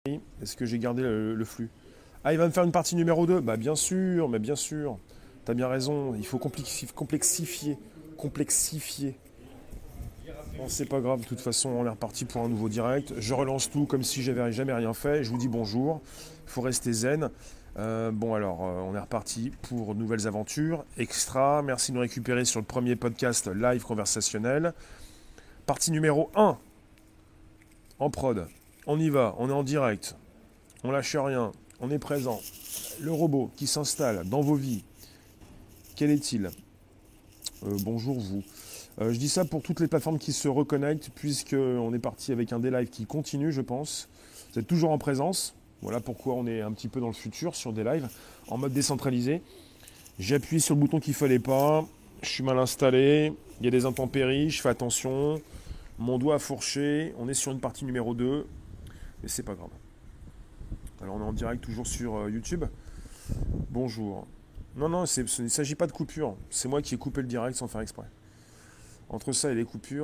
Est-ce que j'ai gardé le flux? Ah, il va me faire une partie numéro 2. Bah bien sûr, mais bien sûr. T'as bien raison, il faut complexifier. Complexifier. Bon, c'est pas grave, de toute façon, on est reparti pour un nouveau direct. Je relance tout comme si j'avais jamais rien fait. Je vous dis bonjour. Il faut rester zen. Bon, alors, on est reparti pour de nouvelles aventures. Extra, merci de nous récupérer sur le premier podcast live conversationnel. Partie numéro 1 en prod. On y va, on est en direct. On lâche rien, on est présent. Le robot qui s'installe dans vos vies, quel est-il? Bonjour vous. Je dis ça pour toutes les plateformes qui se reconnectent, puisqu'on est parti avec un des lives qui continue, je pense. Vous êtes toujours en présence. Voilà pourquoi on est un petit peu dans le futur sur des lives, en mode décentralisé. J'ai appuyé sur le bouton qu'il ne fallait pas. Je suis mal installé. Il y a des intempéries, je fais attention. Mon doigt a fourché. On est sur une partie numéro 2. Mais c'est pas grave. Alors on est en direct toujours sur YouTube. Bonjour. Non, non, il ne s'agit pas de coupure. C'est moi qui ai coupé le direct sans faire exprès. Entre ça et les coupures,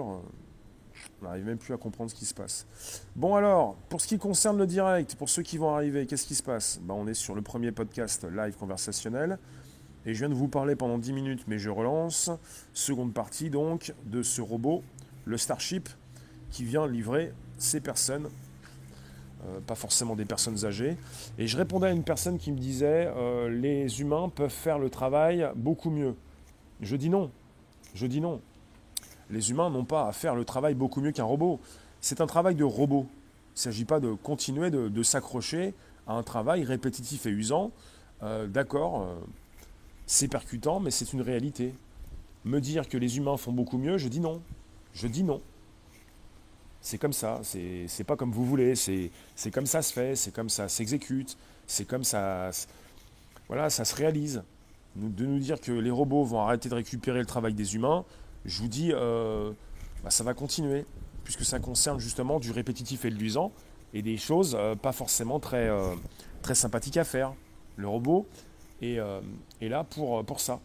on n'arrive même plus à comprendre ce qui se passe. Bon alors, pour ce qui concerne le direct, pour ceux qui vont arriver, qu'est-ce qui se passe? On est sur le premier podcast live conversationnel. Et je viens de vous parler pendant 10 minutes, mais je relance. Seconde partie donc de ce robot, le Starship, qui vient livrer ces personnes. Pas forcément des personnes âgées. Et je répondais à une personne qui me disait les humains peuvent faire le travail beaucoup mieux. Je dis non. Je dis non. Les humains n'ont pas à faire le travail beaucoup mieux qu'un robot. C'est un travail de robot. Il ne s'agit pas de continuer de s'accrocher à un travail répétitif et usant. D'accord, c'est percutant, mais c'est une réalité. Me dire que les humains font beaucoup mieux, je dis non. Je dis non. C'est comme ça, c'est pas comme vous voulez, c'est comme ça se fait, c'est comme ça s'exécute, c'est comme ça, voilà, ça se réalise. De nous dire que les robots vont arrêter de récupérer le travail des humains, je vous dis, ça va continuer, puisque ça concerne justement du répétitif et de l'usant, et des choses pas forcément très sympathiques à faire. Le robot est là pour ça,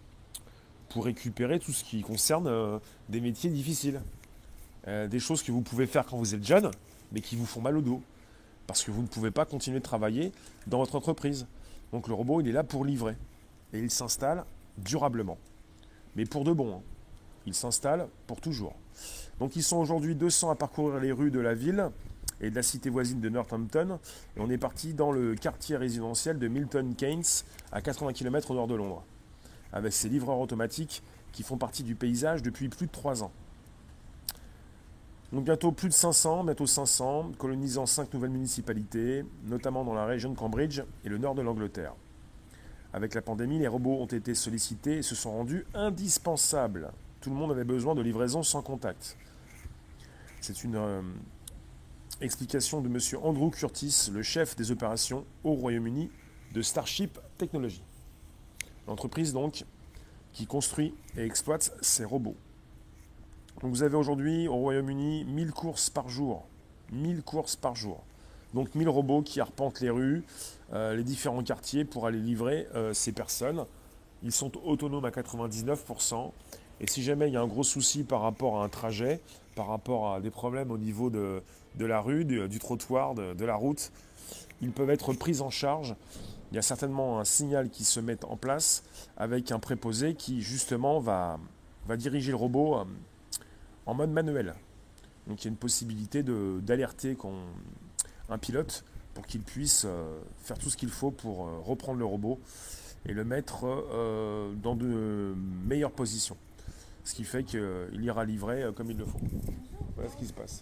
pour récupérer tout ce qui concerne des métiers difficiles. Des choses que vous pouvez faire quand vous êtes jeune, mais qui vous font mal au dos, parce que vous ne pouvez pas continuer de travailler dans votre entreprise. Donc le robot, il est là pour livrer, et il s'installe durablement. Mais pour de bon, hein. Il s'installe pour toujours. Donc ils sont aujourd'hui 200 à parcourir les rues de la ville et de la cité voisine de Northampton, et on est parti dans le quartier résidentiel de Milton Keynes, à 80 km au nord de Londres, avec ces livreurs automatiques qui font partie du paysage depuis plus de 3 ans. Donc bientôt plus de 500, bientôt 500, colonisant 5 nouvelles municipalités, notamment dans la région de Cambridge et le nord de l'Angleterre. Avec la pandémie, les robots ont été sollicités et se sont rendus indispensables. Tout le monde avait besoin de livraison sans contact. C'est une explication de M. Andrew Curtis, le chef des opérations au Royaume-Uni de Starship Technology. L'entreprise donc qui construit et exploite ces robots. Donc vous avez aujourd'hui au Royaume-Uni 1000 courses par jour. 1000 courses par jour. Donc 1000 robots qui arpentent les rues, les différents quartiers pour aller livrer ces personnes. Ils sont autonomes à 99%. Et si jamais il y a un gros souci par rapport à un trajet, par rapport à des problèmes au niveau de la rue, du trottoir, de la route, ils peuvent être pris en charge. Il y a certainement un signal qui se met en place avec un préposé qui justement va diriger le robot en mode manuel. Donc il y a une possibilité d'alerter un pilote pour qu'il puisse faire tout ce qu'il faut pour reprendre le robot et le mettre dans de meilleures positions. Ce qui fait qu'il ira livrer comme il le faut. Voilà ce qui se passe.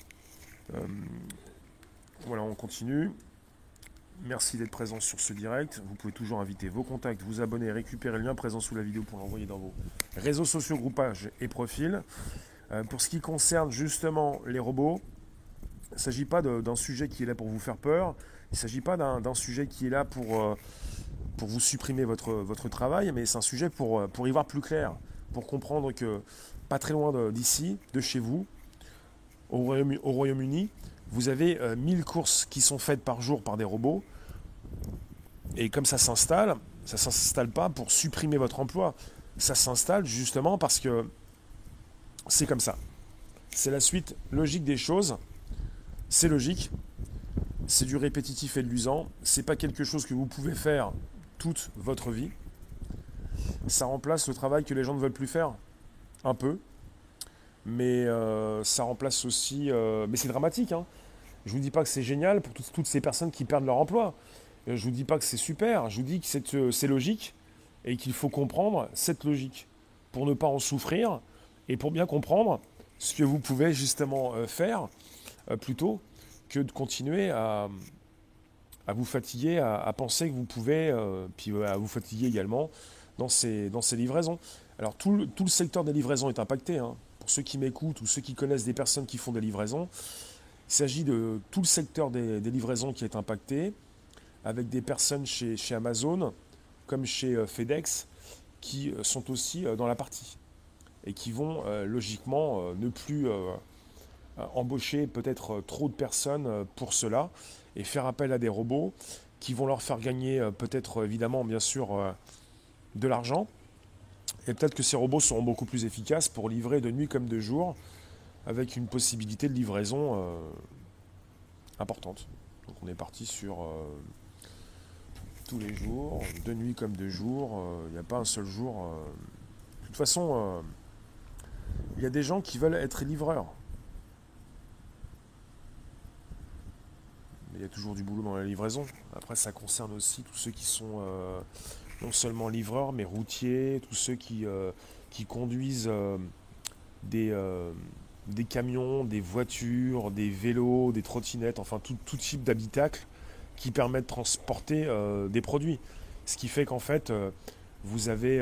Voilà, on continue. Merci d'être présent sur ce direct. Vous pouvez toujours inviter vos contacts, vous abonner, récupérer le lien présent sous la vidéo pour l'envoyer dans vos réseaux sociaux, groupages et profils. Pour ce qui concerne justement les robots, il ne s'agit pas d'un sujet qui est là pour vous faire peur. Il ne s'agit pas d'un sujet qui est là pour vous supprimer votre travail, mais c'est un sujet pour y voir plus clair, pour comprendre que pas très loin d'ici, de chez vous, au Royaume-Uni, vous avez 1000 courses qui sont faites par jour par des robots. Et comme ça ne s'installe pas pour supprimer votre emploi. Ça s'installe justement parce que c'est comme ça. C'est la suite logique des choses. C'est logique. c'est du répétitif et de l'usant. C'est pas quelque chose que vous pouvez faire toute votre vie. Ça remplace le travail que les gens ne veulent plus faire, un peu. Mais ça remplace aussi... mais c'est dramatique, hein. Je vous dis pas que c'est génial pour toutes ces personnes qui perdent leur emploi. Je vous dis pas que c'est super. Je vous dis que c'est logique et qu'il faut comprendre cette logique pour ne pas en souffrir et pour bien comprendre ce que vous pouvez justement faire plutôt que de continuer à vous fatiguer, à penser que vous pouvez, puis à vous fatiguer également dans ces livraisons. Alors tout le secteur des livraisons est impacté, hein. Pour ceux qui m'écoutent ou ceux qui connaissent des personnes qui font des livraisons, il s'agit de tout le secteur des livraisons qui est impacté, avec des personnes chez Amazon, comme chez FedEx, qui sont aussi dans la partie et qui vont logiquement ne plus embaucher peut-être trop de personnes pour cela et faire appel à des robots qui vont leur faire gagner peut-être évidemment bien sûr de l'argent. Et peut-être que ces robots seront beaucoup plus efficaces pour livrer de nuit comme de jour avec une possibilité de livraison importante. Donc on est parti sur tous les jours, de nuit comme de jour, il n'y a pas un seul jour. De toute façon, il y a des gens qui veulent être livreurs. Mais il y a toujours du boulot dans la livraison. Après, ça concerne aussi tous ceux qui sont non seulement livreurs, mais routiers, tous ceux qui conduisent des camions, des voitures, des vélos, des trottinettes, enfin tout type d'habitacle qui permet de transporter des produits. Ce qui fait qu'en fait, vous avez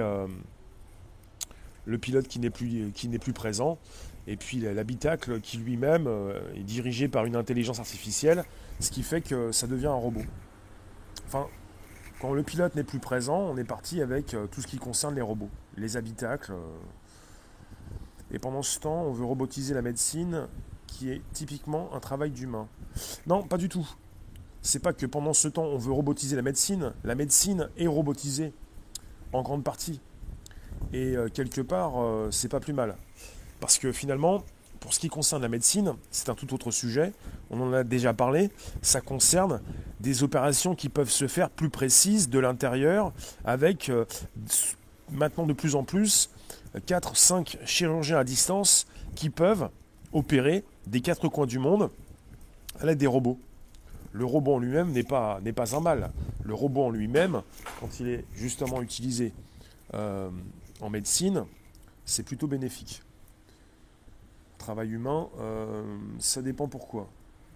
le pilote qui n'est plus présent, et puis l'habitacle qui lui-même est dirigé par une intelligence artificielle, ce qui fait que ça devient un robot. Enfin, quand le pilote n'est plus présent, on est parti avec tout ce qui concerne les robots, les habitacles. Et pendant ce temps, on veut robotiser la médecine, qui est typiquement un travail d'humain. Non, pas du tout. C'est pas que pendant ce temps, on veut robotiser la médecine. La médecine est robotisée, en grande partie. Et quelque part, c'est pas plus mal. Parce que finalement, pour ce qui concerne la médecine, c'est un tout autre sujet. On en a déjà parlé. Ça concerne des opérations qui peuvent se faire plus précises de l'intérieur, avec maintenant de plus en plus 4-5 chirurgiens à distance qui peuvent opérer des 4 coins du monde à l'aide des robots. Le robot en lui-même n'est pas un mal. Le robot en lui-même, quand il est justement utilisé en médecine, c'est plutôt bénéfique. Travail humain, ça dépend pourquoi.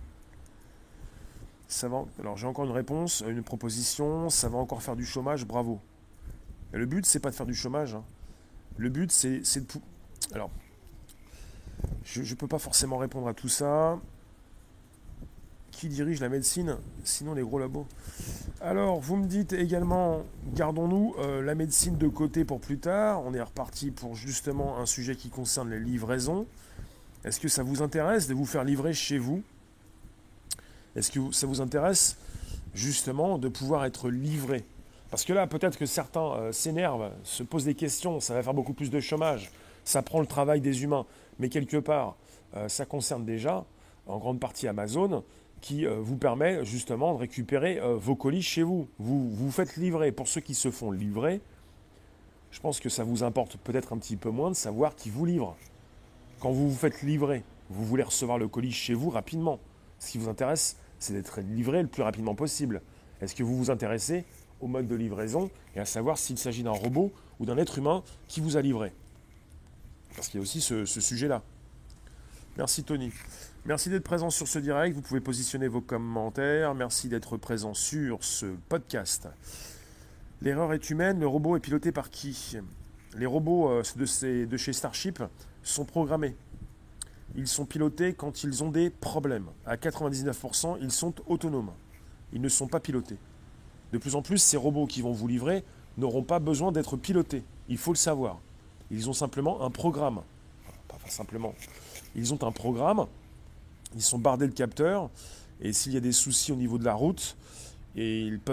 Alors j'ai encore une réponse, une proposition, ça va encore faire du chômage, bravo. Et le but, c'est pas de faire du chômage, hein. Le but, c'est de... Alors, je ne peux pas forcément répondre à tout ça. Qui dirige la médecine, sinon les gros labos? Alors, vous me dites également, gardons-nous la médecine de côté pour plus tard. On est reparti pour justement un sujet qui concerne les livraisons. Est-ce que ça vous intéresse de vous faire livrer chez vous? Est-ce que ça vous intéresse justement de pouvoir être livré? Parce que là, peut-être que certains s'énervent, se posent des questions, ça va faire beaucoup plus de chômage, ça prend le travail des humains. Mais quelque part, ça concerne déjà, en grande partie Amazon, qui vous permet justement de récupérer vos colis chez vous. Vous vous faites livrer. Pour ceux qui se font livrer, je pense que ça vous importe peut-être un petit peu moins de savoir qui vous livre. Quand vous vous faites livrer, vous voulez recevoir le colis chez vous rapidement. Ce qui vous intéresse, c'est d'être livré le plus rapidement possible. Est-ce que vous vous intéressez au mode de livraison et à savoir s'il s'agit d'un robot ou d'un être humain qui vous a livré? Parce qu'il y a aussi ce sujet-là. Merci Tony. Merci d'être présent sur ce direct. Vous pouvez positionner vos commentaires. Merci d'être présent sur ce podcast. L'erreur est humaine. Le robot est piloté par qui? Les robots de chez Starship sont programmés. Ils sont pilotés quand ils ont des problèmes. À 99%, ils sont autonomes. Ils ne sont pas pilotés. De plus en plus, ces robots qui vont vous livrer n'auront pas besoin d'être pilotés. Il faut le savoir. Ils ont simplement un programme. Enfin, simplement. Ils ont un programme. Ils sont bardés de capteurs. Et s'il y a des soucis au niveau de la route, et ils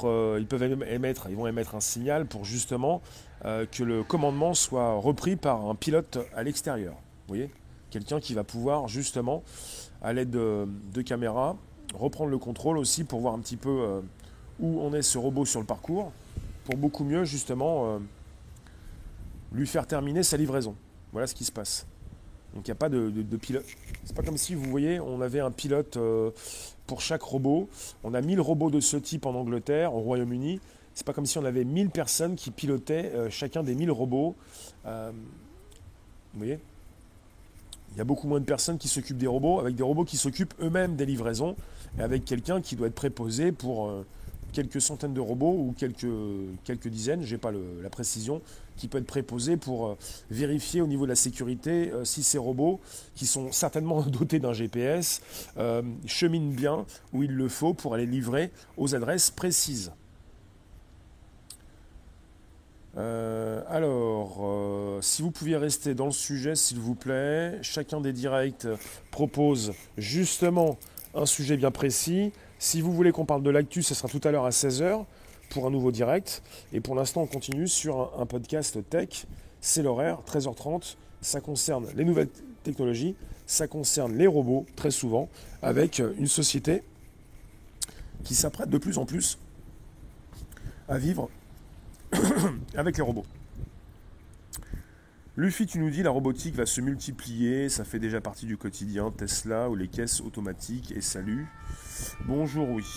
vont émettre un signal pour justement que le commandement soit repris par un pilote à l'extérieur. Vous voyez ? Quelqu'un qui va pouvoir justement, à l'aide de caméras, reprendre le contrôle aussi pour voir un petit peu où on est ce robot sur le parcours, pour beaucoup mieux justement lui faire terminer sa livraison. Voilà ce qui se passe. Donc il n'y a pas de pilote. C'est pas comme si, vous voyez, on avait un pilote pour chaque robot. On a 1000 robots de ce type en Angleterre, au Royaume-Uni. C'est pas comme si on avait 1000 personnes qui pilotaient chacun des 1000 robots. Vous voyez, il y a beaucoup moins de personnes qui s'occupent des robots, avec des robots qui s'occupent eux-mêmes des livraisons, et avec quelqu'un qui doit être préposé pour quelques centaines de robots ou quelques dizaines, je n'ai pas la précision, qui peut être préposé pour vérifier au niveau de la sécurité si ces robots, qui sont certainement dotés d'un GPS, cheminent bien où il le faut pour aller livrer aux adresses précises. Si vous pouviez rester dans le sujet, s'il vous plaît, chacun des directs propose justement un sujet bien précis. Si vous voulez qu'on parle de l'actu, ce sera tout à l'heure à 16h pour un nouveau direct. Et pour l'instant, on continue sur un podcast tech. C'est l'horaire, 13h30. Ça concerne les nouvelles technologies, ça concerne les robots, très souvent, avec une société qui s'apprête de plus en plus à vivre avec les robots. Luffy, tu nous dis la robotique va se multiplier, ça fait déjà partie du quotidien, Tesla ou les caisses automatiques, et salut. Bonjour, oui.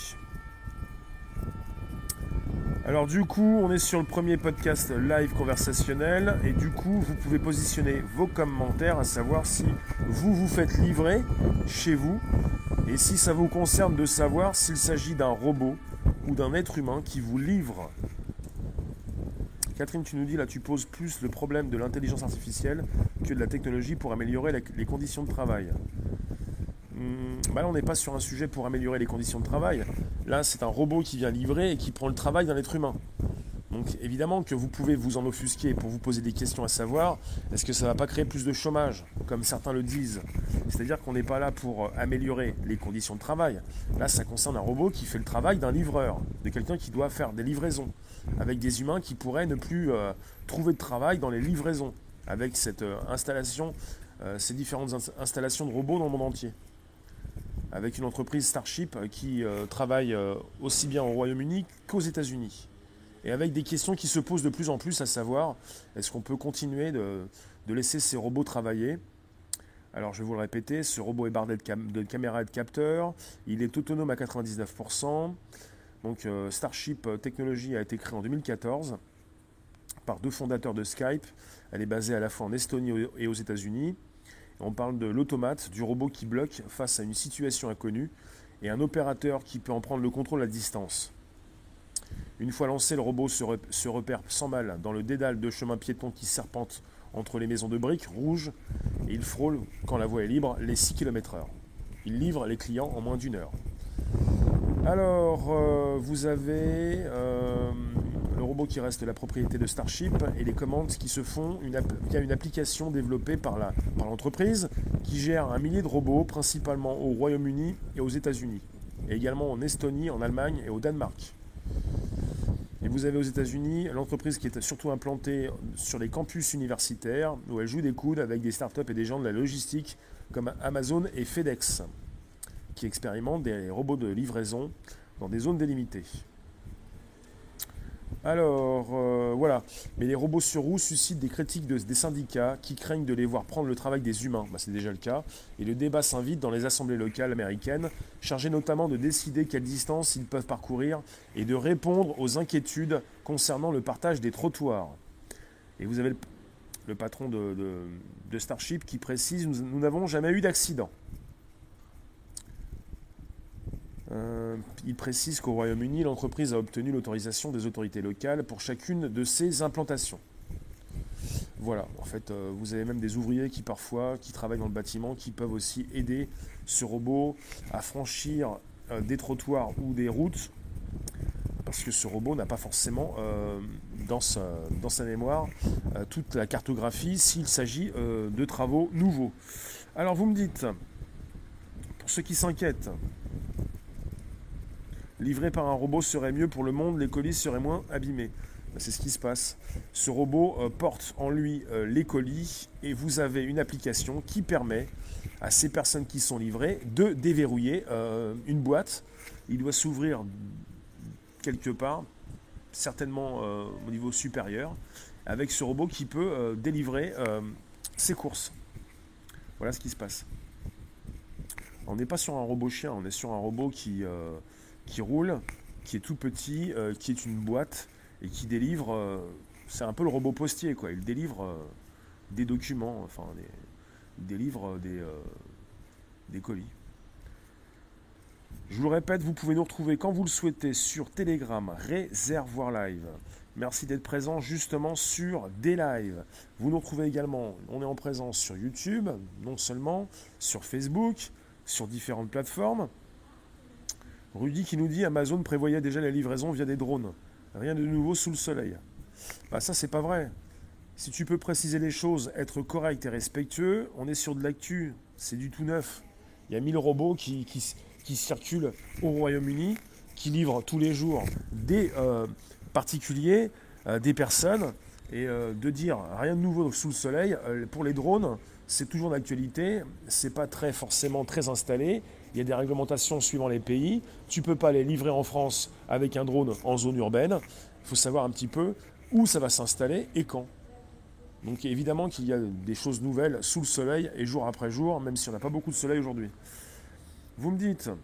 Alors du coup, on est sur le premier podcast live conversationnel, et du coup, vous pouvez positionner vos commentaires, à savoir si vous faites livrer chez vous, et si ça vous concerne de savoir s'il s'agit d'un robot ou d'un être humain qui vous livre. Catherine, tu nous dis, là, tu poses plus le problème de l'intelligence artificielle que de la technologie pour améliorer les conditions de travail. Là, on n'est pas sur un sujet pour améliorer les conditions de travail. Là, c'est un robot qui vient livrer et qui prend le travail d'un être humain. Donc, évidemment que vous pouvez vous en offusquer pour vous poser des questions à savoir, est-ce que ça ne va pas créer plus de chômage, comme certains le disent? C'est-à-dire qu'on n'est pas là pour améliorer les conditions de travail. Là, ça concerne un robot qui fait le travail d'un livreur, de quelqu'un qui doit faire des livraisons, avec des humains qui pourraient ne plus trouver de travail dans les livraisons, avec cette installation, ces différentes installations de robots dans le monde entier. Avec une entreprise Starship qui travaille aussi bien au Royaume-Uni qu'aux États-Unis. Et avec des questions qui se posent de plus en plus, à savoir, est-ce qu'on peut continuer de laisser ces robots travailler? Alors je vais vous le répéter, ce robot est bardé de caméras et de capteurs, il est autonome à 99%. Donc Starship Technologies a été créé en 2014 par deux fondateurs de Skype. Elle est basée à la fois en Estonie et aux États-Unis. On parle de l'automate, du robot qui bloque face à une situation inconnue et un opérateur qui peut en prendre le contrôle à distance. Une fois lancé, le robot se repère sans mal dans le dédale de chemin piéton qui serpente entre les maisons de briques rouges et il frôle, quand la voie est libre, les 6 km/h. Il livre les clients en moins d'1 heure. Alors, vous avez le robot qui reste la propriété de Starship et les commandes qui se font via une application développée par l'entreprise qui gère 1 millier de robots, principalement au Royaume-Uni et aux États-Unis, et également en Estonie, en Allemagne et au Danemark. Et vous avez aux États-Unis l'entreprise qui est surtout implantée sur les campus universitaires où elle joue des coudes avec des startups et des gens de la logistique comme Amazon et FedEx qui expérimentent des robots de livraison dans des zones délimitées. Alors, voilà. Mais les robots sur roues suscitent des critiques des syndicats qui craignent de les voir prendre le travail des humains. C'est déjà le cas. Et le débat s'invite dans les assemblées locales américaines, chargées notamment de décider quelle distance ils peuvent parcourir et de répondre aux inquiétudes concernant le partage des trottoirs. Et vous avez le patron de Starship qui précise « Nous n'avons jamais eu d'accident ». Il précise qu'au Royaume-Uni, l'entreprise a obtenu l'autorisation des autorités locales pour chacune de ses implantations. Voilà, en fait, vous avez même des ouvriers qui travaillent dans le bâtiment, qui peuvent aussi aider ce robot à franchir des trottoirs ou des routes, parce que ce robot n'a pas forcément dans sa mémoire toute la cartographie s'il s'agit de travaux nouveaux. Alors vous me dites, pour ceux qui s'inquiètent, livré par un robot serait mieux pour le monde, les colis seraient moins abîmés. C'est ce qui se passe. Ce robot porte en lui les colis et vous avez une application qui permet à ces personnes qui sont livrées de déverrouiller une boîte. Il doit s'ouvrir quelque part, certainement au niveau supérieur, avec ce robot qui peut délivrer ses courses. Voilà ce qui se passe. On n'est pas sur un robot chien, on est sur un robot qui roule, qui est tout petit, qui est une boîte et qui délivre. C'est un peu le robot postier, quoi. Il délivre des documents, enfin, il délivre des colis. Je vous le répète, vous pouvez nous retrouver quand vous le souhaitez sur Telegram, Réservoir Live. Merci d'être présent justement sur des lives. Vous nous retrouvez également, on est en présence sur YouTube, non seulement, sur Facebook, sur différentes plateformes. Rudy qui nous dit Amazon prévoyait déjà la livraison via des drones. Rien de nouveau sous le soleil. Bah ça c'est pas vrai. Si tu peux préciser les choses, être correct et respectueux, on est sur de l'actu, c'est du tout neuf. Il y a 1000 robots qui circulent au Royaume-Uni, qui livrent tous les jours des particuliers, des personnes, et de dire rien de nouveau sous le soleil, pour les drones, c'est toujours d'actualité, c'est pas forcément très installé, il y a des réglementations suivant les pays, tu peux pas les livrer en France avec un drone en zone urbaine, il faut savoir un petit peu où ça va s'installer et quand. Donc évidemment qu'il y a des choses nouvelles sous le soleil et jour après jour, même si on n'a pas beaucoup de soleil aujourd'hui. Vous me dites, il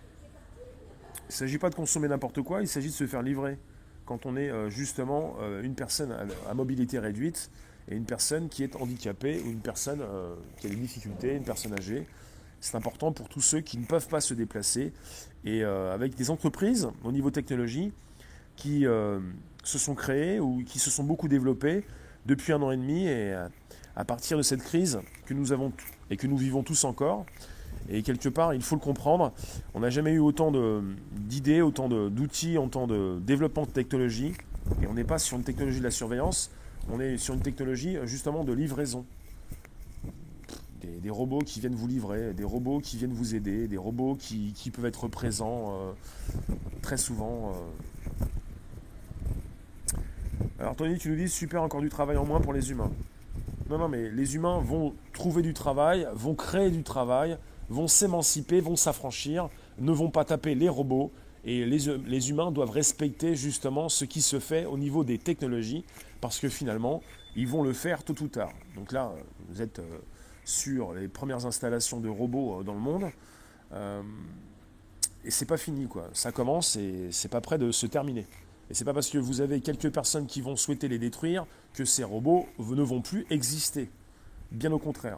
ne s'agit pas de consommer n'importe quoi, il s'agit de se faire livrer. Quand on est justement une personne à mobilité réduite et une personne qui est handicapée ou une personne qui a des difficultés, une personne âgée. C'est important pour tous ceux qui ne peuvent pas se déplacer et avec des entreprises au niveau technologie qui se sont créées ou qui se sont beaucoup développées depuis 1 an et demi et à partir de cette crise que nous avons et que nous vivons tous encore. Et quelque part, il faut le comprendre, on n'a jamais eu autant d'idées, autant d'outils, autant de développement de technologie. Et on n'est pas sur une technologie de la surveillance, on est sur une technologie justement de livraison. Des robots qui viennent vous livrer, des robots qui viennent vous aider, des robots qui peuvent être présents très souvent. Alors Tony, tu nous dis, super, encore du travail en moins pour les humains. Non, mais les humains vont trouver du travail, vont créer du travail, vont s'émanciper, vont s'affranchir, ne vont pas taper les robots. Et les humains doivent respecter justement ce qui se fait au niveau des technologies, parce que finalement, ils vont le faire tôt ou tard. Donc là, vous êtes sur les premières installations de robots dans le monde, et c'est pas fini, quoi. Ça commence et c'est pas près de se terminer. Et c'est pas parce que vous avez quelques personnes qui vont souhaiter les détruire que ces robots ne vont plus exister. Bien au contraire.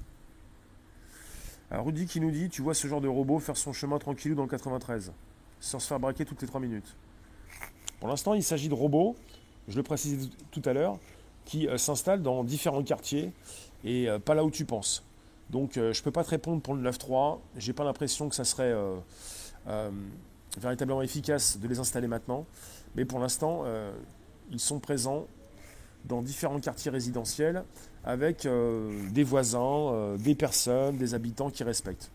Alors Rudy qui nous dit, tu vois ce genre de robot faire son chemin tranquillou dans le 93, sans se faire braquer toutes les 3 minutes. Pour l'instant, il s'agit de robots, je le précisais tout à l'heure, qui s'installent dans différents quartiers et pas là où tu penses. Donc je ne peux pas te répondre pour le 9.3, j'ai pas l'impression que ça serait véritablement efficace de les installer maintenant. Mais pour l'instant, ils sont présents dans différents quartiers résidentiels avec des voisins, des personnes, des habitants qui respectent.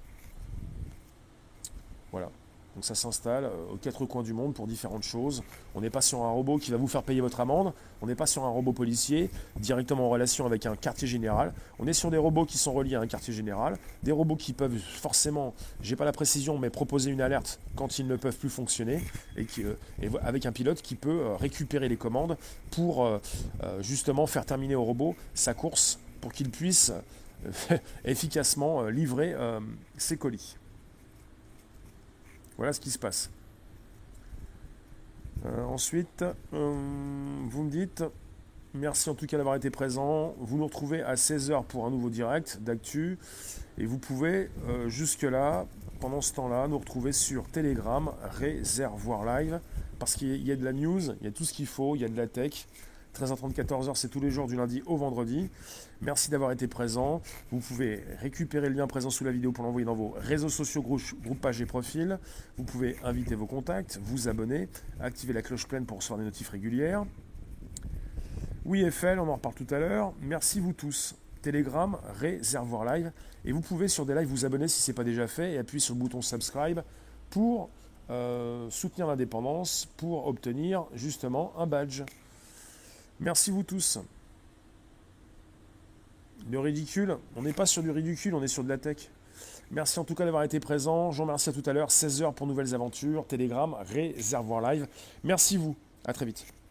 Voilà. Donc ça s'installe aux 4 coins du monde pour différentes choses. On n'est pas sur un robot qui va vous faire payer votre amende. On n'est pas sur un robot policier directement en relation avec un quartier général. On est sur des robots qui sont reliés à un quartier général. Des robots qui peuvent forcément, j'ai pas la précision, mais proposer une alerte quand ils ne peuvent plus fonctionner. Et avec un pilote qui peut récupérer les commandes pour justement faire terminer au robot sa course pour qu'il puisse efficacement livrer ses colis. Voilà ce qui se passe. Ensuite, vous me dites, merci en tout cas d'avoir été présent. Vous nous retrouvez à 16h pour un nouveau direct d'actu. Et vous pouvez jusque-là, pendant ce temps-là, nous retrouver sur Telegram, Réservoir Live. Parce qu'il y a de la news, il y a tout ce qu'il faut, il y a de la tech. 13h30, 14h, c'est tous les jours du lundi au vendredi. Merci d'avoir été présent. Vous pouvez récupérer le lien présent sous la vidéo pour l'envoyer dans vos réseaux sociaux, groupes, pages et profils. Vous pouvez inviter vos contacts, vous abonner, activer la cloche pleine pour recevoir des notifs régulières. Oui, FL, on en reparle tout à l'heure. Merci vous tous. Telegram, Réservoir Live. Et vous pouvez sur des lives vous abonner si ce n'est pas déjà fait et appuyer sur le bouton subscribe pour soutenir l'indépendance, pour obtenir justement un badge. Merci vous tous. Le ridicule, on n'est pas sur du ridicule, on est sur de la tech. Merci en tout cas d'avoir été présent. Je vous remercie à tout à l'heure. 16h pour nouvelles aventures. Telegram, Réservoir Live. Merci vous. À très vite.